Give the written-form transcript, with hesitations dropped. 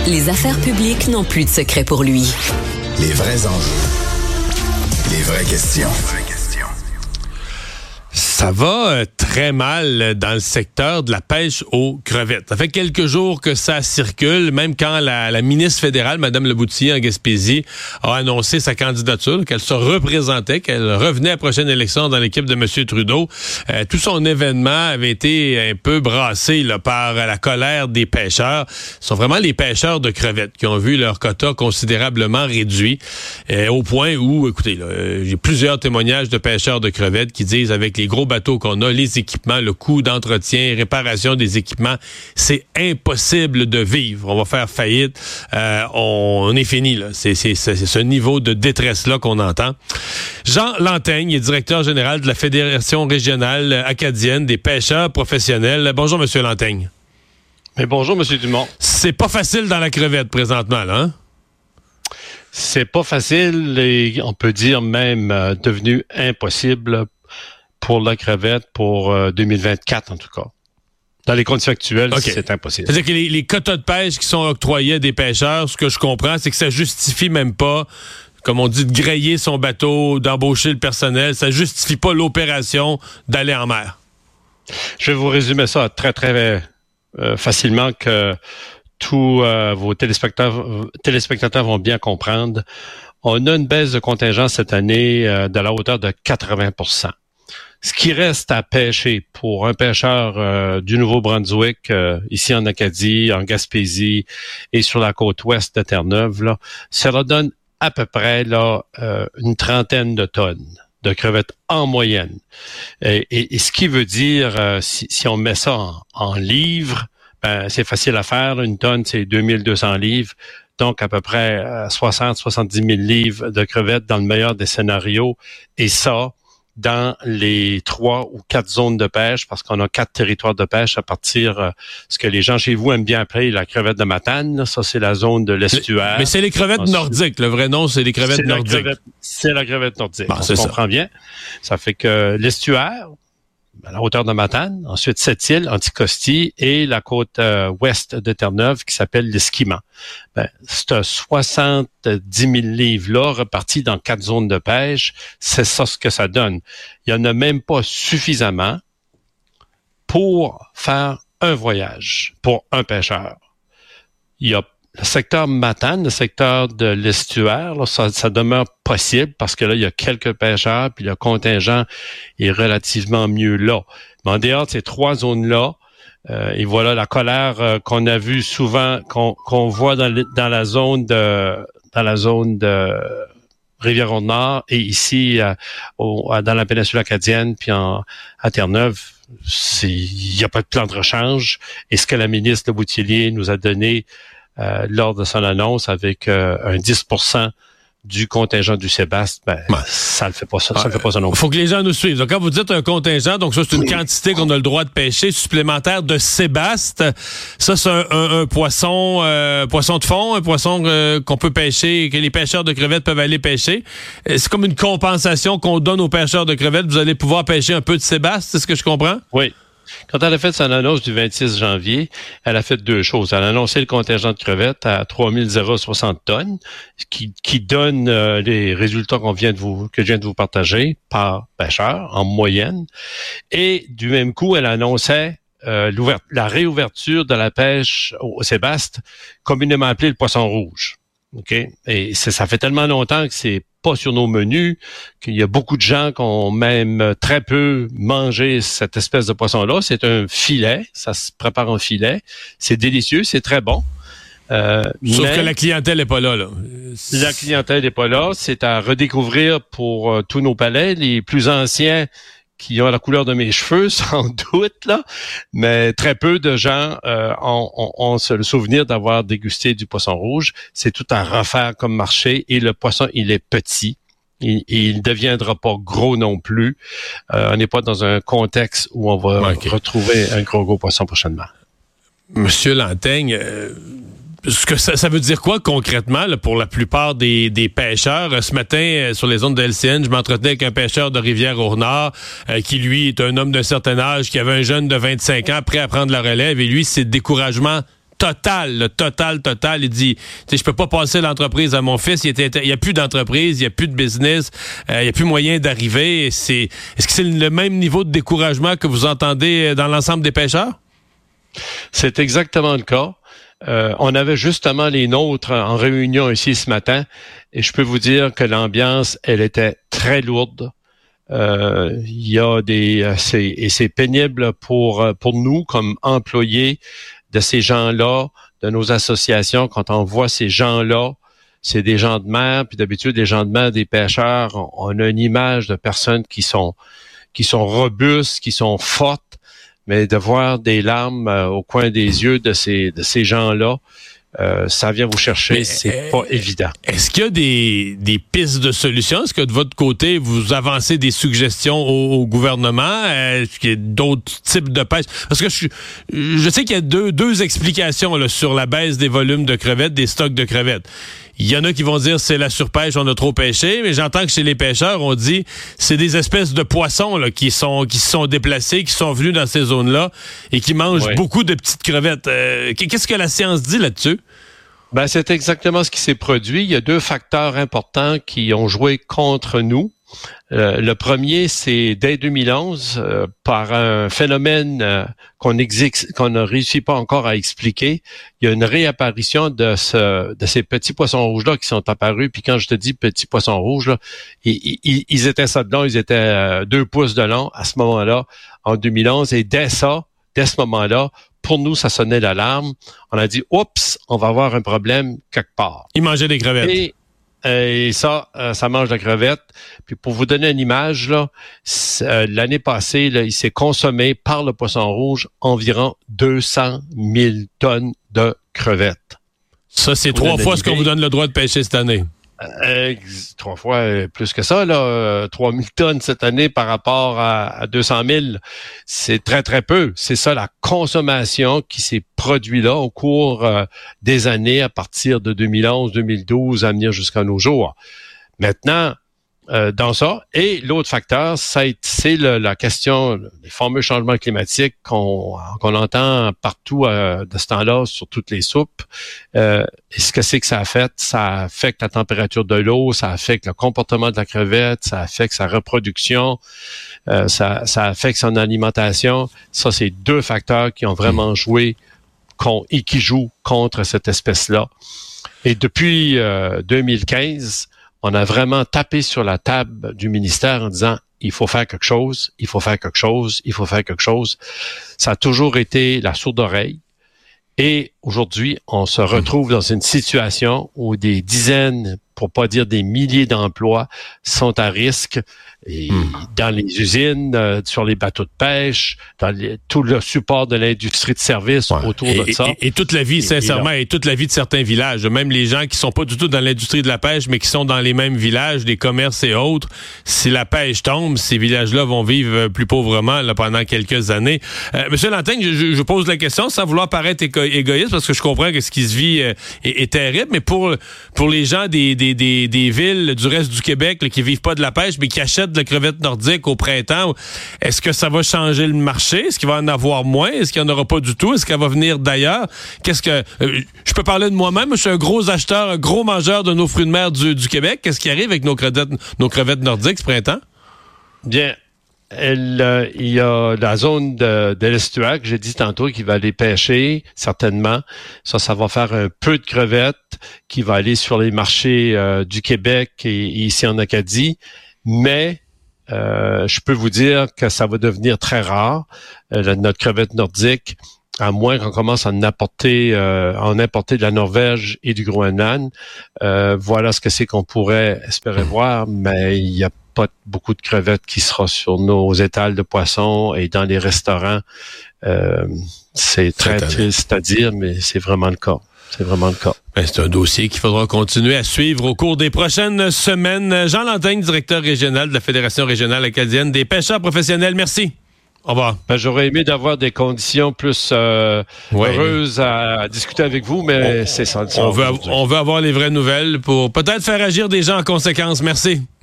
Les affaires publiques n'ont plus de secret pour lui. Les vrais enjeux. Les vraies questions. Ça va très mal dans le secteur de la pêche aux crevettes. Ça fait quelques jours que ça circule, même quand la ministre fédérale, Mme Leboutillier, en Gaspésie, a annoncé sa candidature, qu'elle se représentait, qu'elle revenait à la prochaine élection dans l'équipe de M. Trudeau. Tout son événement avait été un peu brassé là, par la colère des pêcheurs. Ce sont vraiment les pêcheurs de crevettes qui ont vu leur quota considérablement réduit, au point où, écoutez, là, j'ai plusieurs témoignages de pêcheurs de crevettes qui disent avec les gros bateaux qu'on a, les équipements, le coût d'entretien, réparation des équipements, c'est impossible de vivre. On va faire faillite. On est fini, là. C'est ce niveau de détresse-là qu'on entend. Jean Lanteigne est directeur général de la Fédération régionale acadienne des pêcheurs professionnels. Bonjour, M. Lanteigne. Mais bonjour, M. Dumont. C'est pas facile dans la crevette présentement, là, hein? C'est pas facile et on peut dire même devenu impossible pour la crevette pour 2024 en tout cas. Dans les conditions actuelles, okay. C'est impossible. C'est-à-dire que les quotas de pêche qui sont octroyés à des pêcheurs, ce que je comprends, c'est que ça justifie même pas, comme on dit, de grayer son bateau, d'embaucher le personnel. Ça justifie pas l'opération d'aller en mer. Je vais vous résumer ça très, très facilement que tous vos téléspectateurs vont bien comprendre. On a une baisse de contingent cette année de la hauteur de 80%. Ce qui reste à pêcher pour un pêcheur du Nouveau-Brunswick, ici en Acadie, en Gaspésie et sur la côte ouest de Terre-Neuve, là, ça leur donne à peu près là, une trentaine de tonnes de crevettes en moyenne. Et ce qui veut dire, si on met ça en livres, ben, c'est facile à faire. Une tonne, c'est 2200 livres. Donc, à peu près 60-70 000 livres de crevettes dans le meilleur des scénarios. Et ça, dans les 3 ou 4 zones de pêche, parce qu'on a 4 territoires de pêche à partir, ce que les gens chez vous aiment bien appeler la crevette de Matane. Là, ça, c'est la zone de l'estuaire. Mais c'est les crevettes nordiques. Le vrai nom, c'est les crevettes nordiques. C'est la crevette nordique. Bon, on comprend bien. Ça fait que l'estuaire, à la hauteur de Matane, ensuite Sept-Îles, Anticosti et la côte ouest de Terre-Neuve qui s'appelle l'Esquimalt. Ben, c'est 70 000 livres-là repartis dans 4 zones de pêche. C'est ça ce que ça donne. Il n'y en a même pas suffisamment pour faire un voyage pour un pêcheur. Il y a le secteur Matane, le secteur de l'estuaire, là, ça demeure possible parce que là, il y a quelques pêcheurs, puis le contingent est relativement mieux là. Mais en dehors de ces 3 zones-là, et voilà la colère qu'on a vue souvent, qu'on voit dans la zone de Rivière-Nord et ici dans la péninsule acadienne, puis à Terre-Neuve. Il n'y a pas de plan de rechange. Et ce que la ministre Leboutillier nous a donné lors de son annonce avec un 10% du contingent du Sébaste, ben, ça ne fait pas ça. Ça ne fait pas ça non plus. Il faut que les gens nous suivent. Donc, quand vous dites un contingent, donc ça, c'est une quantité qu'on a le droit de pêcher supplémentaire de Sébaste. Ça, c'est un poisson de fond, un poisson qu'on peut pêcher, que les pêcheurs de crevettes peuvent aller pêcher. C'est comme une compensation qu'on donne aux pêcheurs de crevettes. Vous allez pouvoir pêcher un peu de Sébaste, c'est ce que je comprends? Oui. Quand elle a fait son annonce du 26 janvier, elle a fait 2 choses. Elle a annoncé le contingent de crevettes à 3060 tonnes, qui donne les résultats que je viens de vous partager par pêcheur en moyenne. Et du même coup, elle annonçait la réouverture de la pêche au Sébaste, communément appelée le poisson rouge. OK? Et ça fait tellement longtemps que c'est pas sur nos menus, qu'il y a beaucoup de gens qui ont même très peu mangé cette espèce de poisson-là. C'est un filet, ça se prépare en filet. C'est délicieux, c'est très bon. Sauf que la clientèle n'est pas là. La clientèle n'est pas là. C'est à redécouvrir pour tous nos palais. Les plus anciens qui ont la couleur de mes cheveux, sans doute, là, mais très peu de gens ont le souvenir d'avoir dégusté du poisson rouge. C'est tout à refaire comme marché, et le poisson, il est petit. Il ne deviendra pas gros non plus. On n'est pas dans un contexte où on va retrouver un gros poisson prochainement. Monsieur Lanteigne, ce que ça veut dire quoi concrètement là, pour la plupart des pêcheurs? Ce matin, sur les zones de LCN, je m'entretenais avec un pêcheur de Rivière-au-Nord qui, lui, est un homme d'un certain âge, qui avait un jeune de 25 ans prêt à prendre la relève. Et lui, c'est découragement total. Il dit, je peux pas passer l'entreprise à mon fils. Il y a plus d'entreprise, il y a plus de business, il y a plus moyen d'arriver. Est-ce que c'est le même niveau de découragement que vous entendez dans l'ensemble des pêcheurs? C'est exactement le cas. On avait justement les nôtres en réunion ici ce matin et je peux vous dire que l'ambiance, elle était très lourde. Il y a c'est pénible pour nous comme employés de ces gens-là, de nos associations, quand on voit ces gens-là, c'est des gens de mer, puis d'habitude des gens de mer, des pêcheurs, on a une image de personnes qui sont robustes, qui sont fortes. Mais de voir des larmes au coin des yeux de ces gens-là, ça vient vous chercher. Mais c'est pas évident. Est-ce qu'il y a des pistes de solutions? Est-ce que de votre côté, vous avancez des suggestions au gouvernement? Est-ce qu'il y a d'autres types de pêche? Parce que je sais qu'il y a deux explications là, sur la baisse des volumes de crevettes, des stocks de crevettes. Il y en a qui vont dire c'est la surpêche, on a trop pêché, mais j'entends que chez les pêcheurs, on dit c'est des espèces de poissons là, qui se sont déplacés, qui sont venus dans ces zones-là et qui mangent beaucoup de petites crevettes. Qu'est-ce que la science dit là-dessus? Ben, c'est exactement ce qui s'est produit. Il y a deux facteurs importants qui ont joué contre nous. Le premier, c'est dès 2011, par un phénomène qu'on ne réussit pas encore à expliquer, il y a une réapparition de ces petits poissons rouges-là qui sont apparus. Puis quand je te dis petits poissons rouges, là, ils étaient ça de long, ils étaient 2 pouces de long à ce moment-là, en 2011. Et dès ce moment-là, pour nous, ça sonnait l'alarme. On a dit, oups, on va avoir un problème quelque part. Ils mangeaient des crevettes. Et ça mange de la crevette. Puis pour vous donner une image, là, l'année passée, là, il s'est consommé par le poisson rouge environ 200 000 tonnes de crevettes. Ça, c'est 3 fois ce qu'on vous donne le droit de pêcher cette année. 3 fois plus que ça, là, 3 000 tonnes cette année par rapport à 200 000. C'est très, très peu. C'est ça la consommation qui s'est produite là au cours des années à partir de 2011, 2012 à venir jusqu'à nos jours. Maintenant, dans ça, et l'autre facteur, c'est la question des fameux changements climatiques qu'on entend partout de ce temps-là sur toutes les soupes. Et ce que c'est que ça a fait? Ça affecte la température de l'eau, ça affecte le comportement de la crevette, ça affecte sa reproduction, ça affecte son alimentation. Ça, c'est 2 facteurs qui ont vraiment joué et qui jouent contre cette espèce-là. Et depuis 2015, on a vraiment tapé sur la table du ministère en disant il faut faire quelque chose, il faut faire quelque chose, il faut faire quelque chose. Ça a toujours été la sourde oreille. Et aujourd'hui, on se retrouve dans une situation où des dizaines, pour pas dire des milliers d'emplois sont à risque. Et dans les usines, sur les bateaux de pêche, dans tout le support de l'industrie de service autour de ça. Et toute la vie, sincèrement, et toute la vie de certains villages, même les gens qui sont pas du tout dans l'industrie de la pêche, mais qui sont dans les mêmes villages, des commerces et autres, si la pêche tombe, ces villages-là vont vivre plus pauvrement là, pendant quelques années. Monsieur Lanteigne, je pose la question sans vouloir paraître égoïste, parce que je comprends que ce qui se vit est terrible, mais pour les gens des villes du reste du Québec là, qui vivent pas de la pêche, mais qui achètent de la crevette nordique au printemps, est-ce que ça va changer le marché? Est-ce qu'il va en avoir moins? Est-ce qu'il n'y en aura pas du tout? Est-ce qu'elle va venir d'ailleurs? Je peux parler de moi-même, je suis un gros acheteur, un gros mangeur de nos fruits de mer du Québec. Qu'est-ce qui arrive avec nos crevettes nordiques ce printemps? Bien, il y a la zone de l'estuaire que j'ai dit tantôt qui va aller pêcher, certainement. Ça va faire un peu de crevettes qui va aller sur les marchés du Québec et ici en Acadie. Mais je peux vous dire que ça va devenir très rare, notre crevette nordique, à moins qu'on commence à en importer de la Norvège et du Groenland. Voilà ce que c'est qu'on pourrait espérer voir, mais il n'y a pas beaucoup de crevettes qui sera sur nos étals de poissons et dans les restaurants. C'est très triste à dire, mais c'est vraiment le cas. C'est vraiment le cas. C'est un dossier qu'il faudra continuer à suivre au cours des prochaines semaines. Jean Lanteigne, directeur régional de la Fédération régionale acadienne des pêcheurs professionnels. Merci. Au revoir. J'aurais aimé d'avoir des conditions plus heureuses à discuter avec vous, mais c'est ça. On veut avoir les vraies nouvelles pour peut-être faire agir des gens en conséquence. Merci.